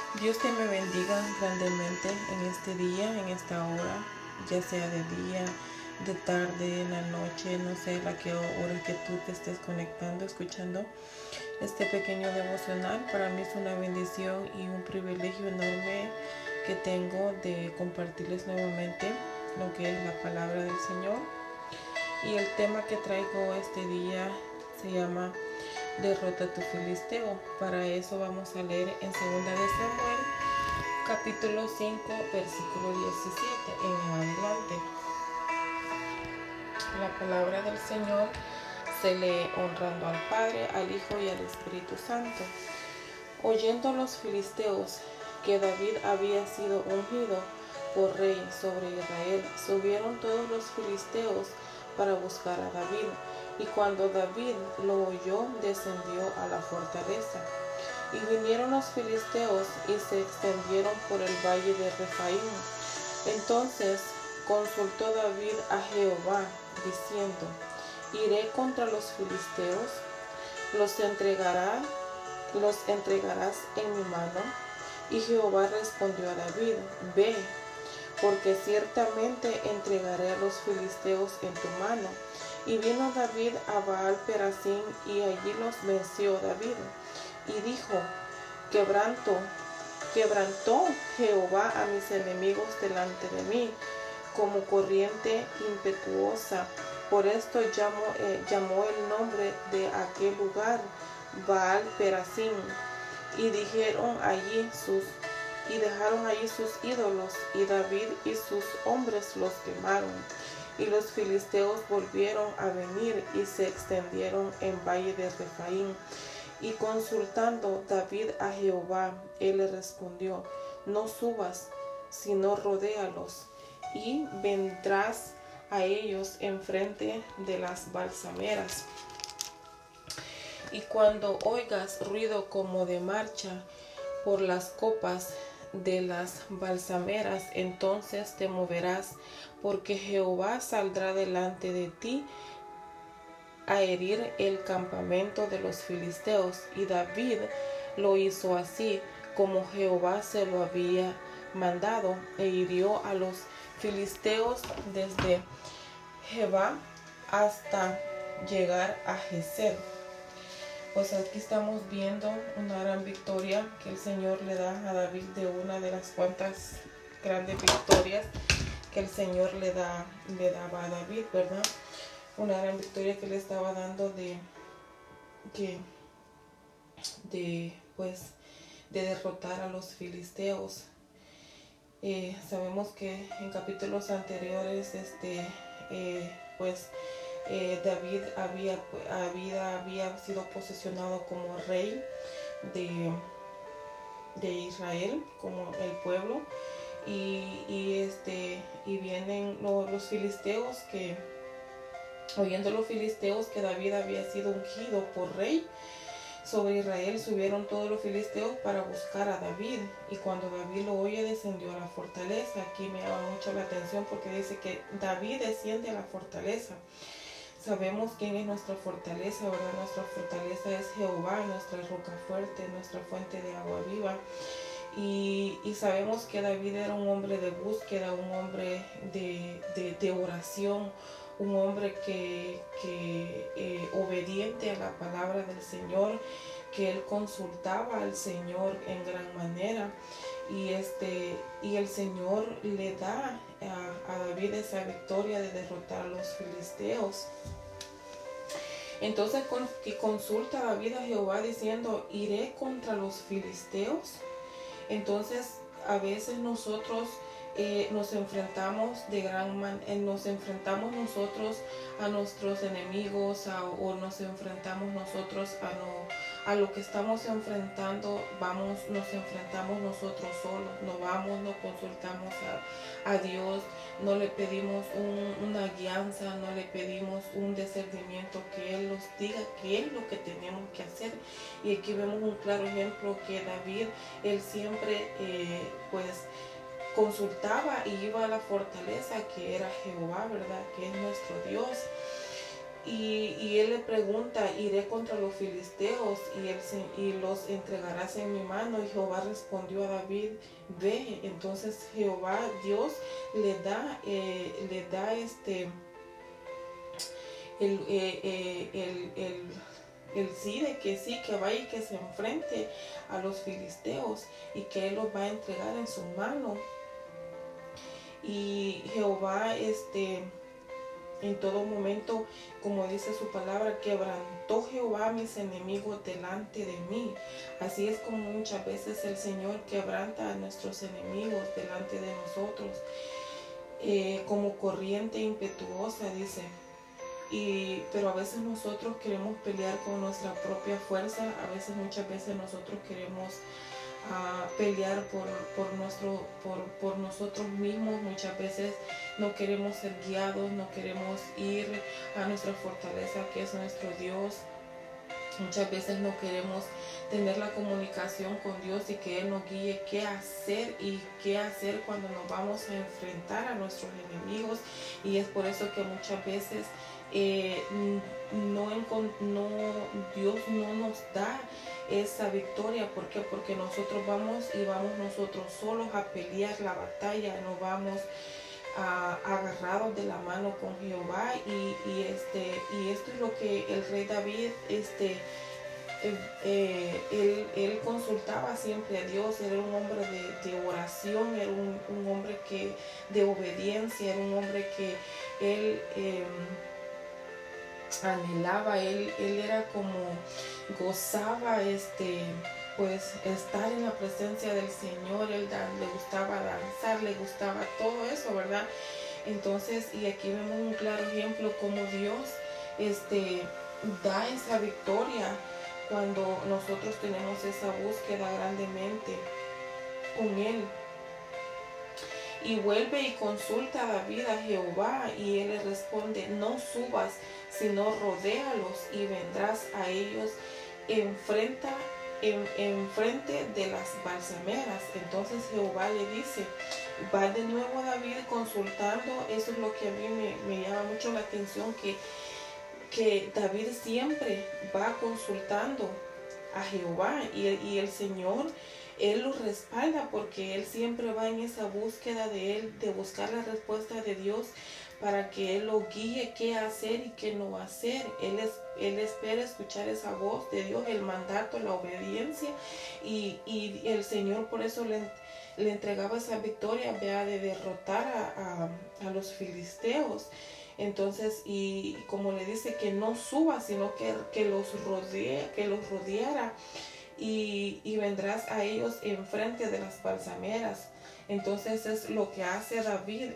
Dios te me bendiga grandemente en este día, en esta hora, ya sea de día, de tarde, en la noche, no sé la que hora que tú te estés conectando, escuchando este pequeño devocional. Para mí es una bendición y un privilegio enorme que tengo de compartirles nuevamente lo que es la palabra del Señor. Y el tema que traigo este día se llama Derrota a tu filisteo. Para eso vamos a leer en 2 de Samuel, capítulo 5, versículo 17 en adelante. La palabra del Señor se lee honrando al Padre, al Hijo y al Espíritu Santo. Oyendo los filisteos que David había sido ungido por rey sobre Israel, subieron todos los filisteos para buscar a David. Y cuando David lo oyó, descendió a la fortaleza. Y vinieron los filisteos y se extendieron por el valle de Refaim. Entonces consultó David a Jehová, diciendo: ¿Iré contra los filisteos? ¿Los entregarás en mi mano? Y Jehová respondió a David: Ve, porque ciertamente entregaré a los filisteos en tu mano. Y vino David a Baal-Perasim, y allí los venció David. Y dijo: Quebrantó Jehová a mis enemigos delante de mí, como corriente impetuosa. Por esto llamó el nombre de aquel lugar Baal-Perasim. Y dejaron allí sus ídolos, y David y sus hombres los quemaron. Y los filisteos volvieron a venir y se extendieron en valle de Refaim. Y consultando David a Jehová, él le respondió: No subas, sino rodéalos, y vendrás a ellos enfrente de las balsameras. Y cuando oigas ruido como de marcha por las copas de las balsameras, entonces te moverás, porque Jehová saldrá delante de ti a herir el campamento de los filisteos. Y David lo hizo así como Jehová se lo había mandado, e hirió a los filisteos desde Geba hasta llegar a Geser. Pues aquí estamos viendo una gran victoria que el Señor le da a David, de una de las cuantas grandes victorias que el Señor le daba a David, ¿verdad? Una gran victoria que le estaba dando de derrotar a los filisteos. Sabemos que en capítulos anteriores David había sido posesionado como rey de Israel, como el pueblo, y vienen los filisteos, oyendo los filisteos que David había sido ungido por rey sobre Israel, subieron todos los filisteos para buscar a David. Y cuando David lo oye, descendió a la fortaleza. Aquí me llama mucho la atención porque dice que David desciende a la fortaleza. Sabemos quién es nuestra fortaleza, ¿verdad? Nuestra fortaleza es Jehová, nuestra roca fuerte, nuestra fuente de agua viva. Y sabemos que David era un hombre de búsqueda, un hombre de oración, un hombre que obediente a la palabra del Señor, que él consultaba al Señor en gran manera. Y el Señor le da a David esa victoria de derrotar a los filisteos. Entonces consulta David a Jehová diciendo: ¿Iré contra los filisteos? Entonces a veces nosotros nos enfrentamos nosotros a nuestros enemigos, o nos enfrentamos nosotros a lo que estamos enfrentando, nos enfrentamos nosotros solos, no consultamos a Dios, no le pedimos una guianza, no le pedimos un discernimiento, que Él nos diga qué es lo que tenemos que hacer. Y aquí vemos un claro ejemplo que David, él siempre consultaba y iba a la fortaleza, que era Jehová, ¿verdad? Que es nuestro Dios. Y él le pregunta, iré contra los filisteos y los entregarás en mi mano. Y Jehová respondió a David, ve. Entonces Jehová, Dios, le da el sí, de que sí, que vaya y que se enfrente a los filisteos y que él los va a entregar en su mano. Y Jehová, en todo momento, como dice su palabra, quebrantó Jehová a mis enemigos delante de mí. Así es como muchas veces el Señor quebranta a nuestros enemigos delante de nosotros, como corriente impetuosa, dice. Pero a veces nosotros queremos pelear con nuestra propia fuerza, muchas veces nosotros queremos pelear por nosotros mismos. Muchas veces no queremos ser guiados, no queremos ir a nuestra fortaleza, que es nuestro Dios. Muchas veces no queremos tener la comunicación con Dios y que Él nos guíe qué hacer y qué hacer cuando nos vamos a enfrentar a nuestros enemigos. Y es por eso que muchas veces Dios no nos da esa victoria. ¿Por qué? Porque nosotros vamos nosotros solos a pelear la batalla, no vamos agarrados de la mano con Jehová. Y esto es lo que el rey David, él consultaba siempre a Dios. Era un hombre de oración, era un hombre de obediencia, era un hombre que él anhelaba, él era como gozaba pues estar en la presencia del Señor. Él le gustaba danzar, le gustaba todo eso, ¿verdad? Entonces, y aquí vemos un claro ejemplo como Dios da esa victoria cuando nosotros tenemos esa búsqueda grandemente con Él. Y vuelve y consulta a David a Jehová, y él le responde, no subas, sino rodéalos y vendrás a ellos enfrente de las balsameras. Entonces Jehová le dice, va de nuevo David consultando. Eso es lo que a mí me llama mucho la atención, que David siempre va consultando a Jehová, y el Señor, Él lo respalda, porque Él siempre va en esa búsqueda de Él, de buscar la respuesta de Dios para que Él lo guíe qué hacer y qué no hacer. Él espera escuchar esa voz de Dios, el mandato, la obediencia, y el Señor por eso le entregaba esa victoria, vea, de derrotar a los filisteos. Entonces, y como le dice, que no suba, sino que los rodeara, y vendrás a ellos enfrente de las balsameras. Entonces es lo que hace David,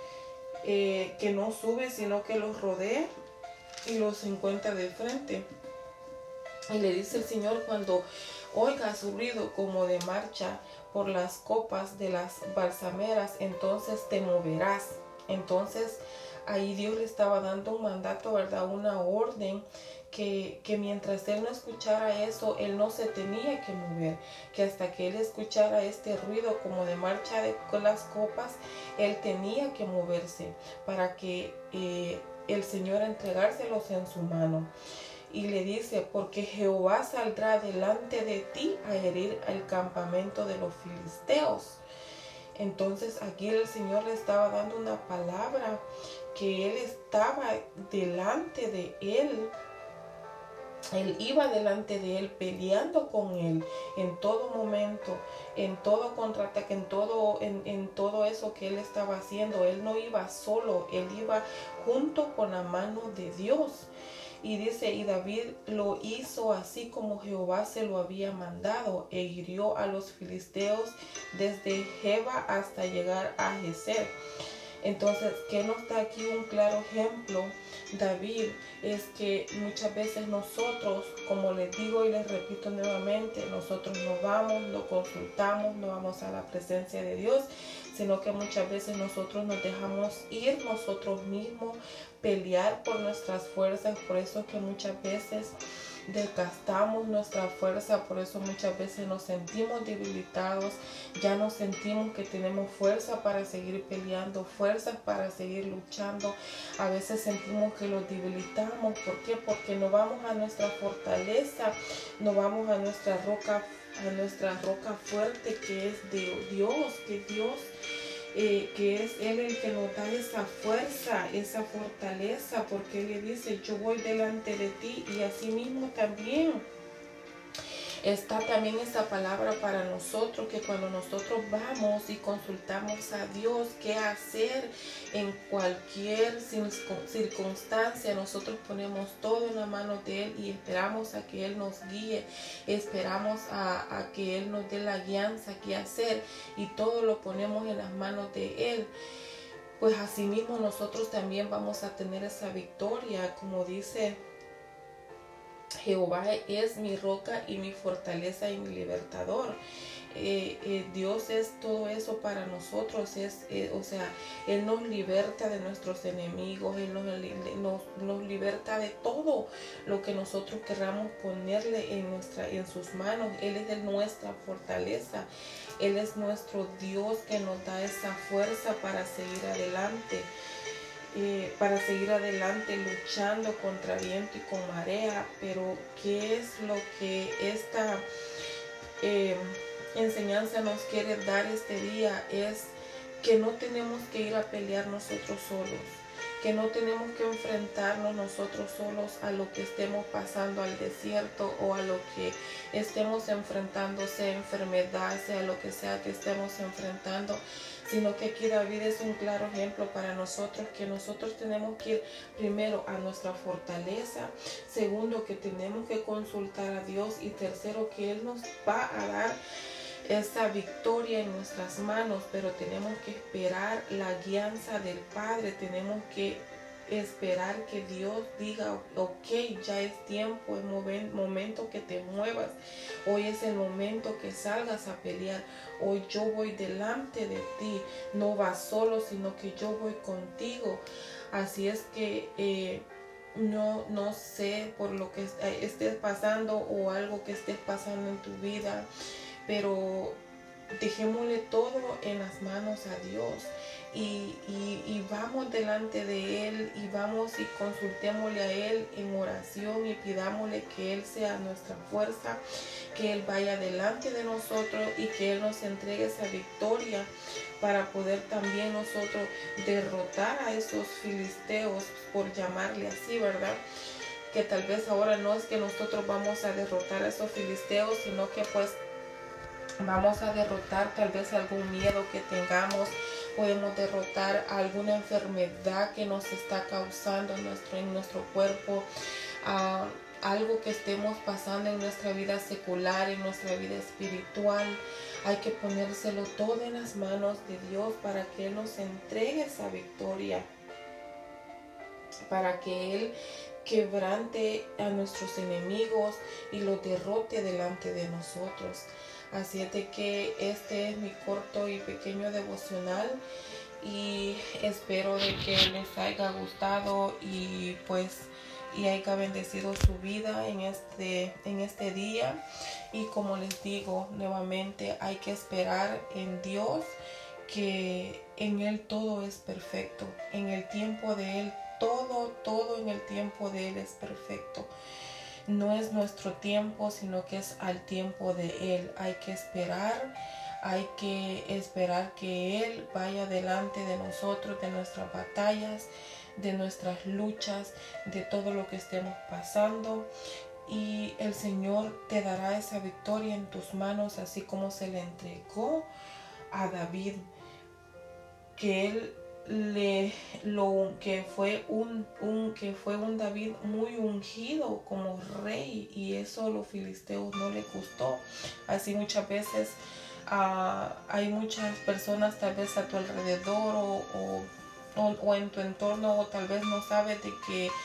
que no sube, sino que los rodea y los encuentra de frente. Y le dice el Señor, cuando oigas ruido como de marcha por las copas de las balsameras, entonces te moverás. Entonces ahí Dios le estaba dando un mandato, ¿verdad? Una orden, que mientras él no escuchara eso, él no se tenía que mover, que hasta que él escuchara este ruido como de marcha con las copas, él tenía que moverse para que el Señor entregárselos en su mano. Y le dice, porque Jehová saldrá delante de ti a herir el campamento de los filisteos. Entonces aquí el Señor le estaba dando una palabra, que Él estaba delante de él. Él iba delante de él, peleando con él en todo momento, en todo contraataque, en todo eso que él estaba haciendo. Él no iba solo, él iba junto con la mano de Dios. Y dice, y David lo hizo así como Jehová se lo había mandado, e hirió a los filisteos desde Geba hasta llegar a Geser. Entonces, ¿qué nos da aquí un claro ejemplo, David? Es que muchas veces nosotros, como les digo y les repito nuevamente, nosotros no vamos, no consultamos, no vamos a la presencia de Dios, sino que muchas veces nosotros nos dejamos ir nosotros mismos, pelear por nuestras fuerzas. Por eso que muchas veces desgastamos nuestra fuerza, por eso muchas veces nos sentimos debilitados, ya no sentimos que tenemos fuerza para seguir peleando, fuerzas para seguir luchando. A veces sentimos que los debilitamos. ¿Por qué? Porque no vamos a nuestra fortaleza, no vamos a nuestra roca fuerte, que es de Dios, que es Él el que nos da esa fuerza, esa fortaleza, porque Él le dice: yo voy delante de ti. Y así mismo también está también esa palabra para nosotros, que cuando nosotros vamos y consultamos a Dios qué hacer en cualquier circunstancia, nosotros ponemos todo en la mano de Él y esperamos a que Él nos guíe, esperamos a que Él nos dé la guianza qué hacer, y todo lo ponemos en las manos de Él. Pues asimismo nosotros también vamos a tener esa victoria, como dice: Jehová es mi roca y mi fortaleza y mi libertador. Dios es todo eso para nosotros. O sea, Él nos liberta de nuestros enemigos, Él nos liberta de todo lo que nosotros queramos ponerle en sus manos. Él es nuestra fortaleza, Él es nuestro Dios que nos da esa fuerza para seguir adelante. Luchando contra viento y con marea. Pero ¿qué es lo que esta enseñanza nos quiere dar este día? Es que no tenemos que ir a pelear nosotros solos, que no tenemos que enfrentarnos nosotros solos a lo que estemos pasando, al desierto, o a lo que estemos enfrentando, sea enfermedad, sea lo que sea que estemos enfrentando, sino que aquí David es un claro ejemplo para nosotros, que nosotros tenemos que ir primero a nuestra fortaleza, segundo que tenemos que consultar a Dios, y tercero que Él nos va a dar esa victoria en nuestras manos. Pero tenemos que esperar la guianza del Padre, tenemos que esperar que Dios diga: ok, ya es tiempo, es momento que te muevas, hoy es el momento que salgas a pelear, hoy yo voy delante de ti, no vas solo, sino que yo voy contigo. Así es que no sé por lo que estés pasando o algo que estés pasando en tu vida, pero dejémosle todo en las manos a Dios, y vamos delante de Él, y vamos y consultémosle a Él en oración, y pidámosle que Él sea nuestra fuerza, que Él vaya delante de nosotros y que Él nos entregue esa victoria para poder también nosotros derrotar a esos filisteos, por llamarle así, ¿verdad? Que tal vez ahora no es que nosotros vamos a derrotar a esos filisteos, sino que pues vamos a derrotar tal vez algún miedo que tengamos, podemos derrotar alguna enfermedad que nos está causando en nuestro cuerpo, algo que estemos pasando en nuestra vida secular, en nuestra vida espiritual. Hay que ponérselo todo en las manos de Dios para que Él nos entregue esa victoria, para que Él quebrante a nuestros enemigos y los derrote delante de nosotros. Así es de que este es mi corto y pequeño devocional, y espero de que les haya gustado y haya bendecido su vida en este día. Y como les digo nuevamente, hay que esperar en Dios, que en Él todo es perfecto, en el tiempo de Él todo en el tiempo de Él es perfecto. No es nuestro tiempo, sino que es al tiempo de Él. Hay que esperar que Él vaya delante de nosotros, de nuestras batallas, de nuestras luchas, de todo lo que estemos pasando. Y el Señor te dará esa victoria en tus manos, así como se le entregó a David, que él que fue un David muy ungido como rey, y eso a los filisteos no les gustó. Así muchas veces hay muchas personas tal vez a tu alrededor o en tu entorno, o tal vez no sabes de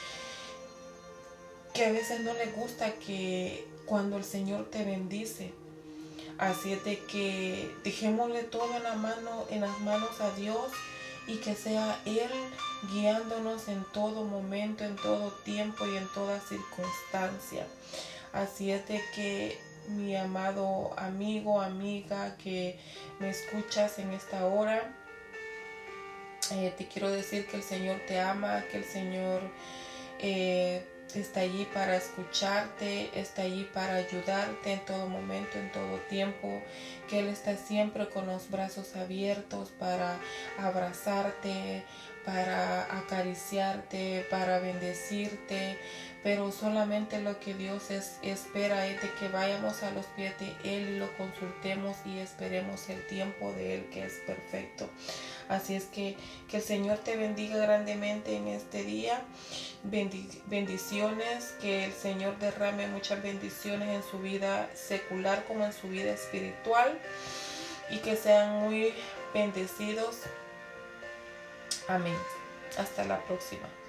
que a veces no les gusta que cuando el Señor te bendice. Así es de que dejémosle todo en las manos a Dios, y que sea Él guiándonos en todo momento, en todo tiempo y en toda circunstancia. Así es de que, mi amado amigo, amiga que me escuchas en esta hora, te quiero decir que el Señor te ama, que el Señor está allí para escucharte, está allí para ayudarte en todo momento, en todo tiempo, que Él está siempre con los brazos abiertos para abrazarte, para acariciarte, para bendecirte, pero solamente lo que Dios espera es de que vayamos a los pies de Él y lo consultemos y esperemos el tiempo de Él, que es perfecto. Así es que el Señor te bendiga grandemente en este día. Bendiciones, que el Señor derrame muchas bendiciones en su vida secular como en su vida espiritual, y que sean muy bendecidos. Amén. Hasta la próxima.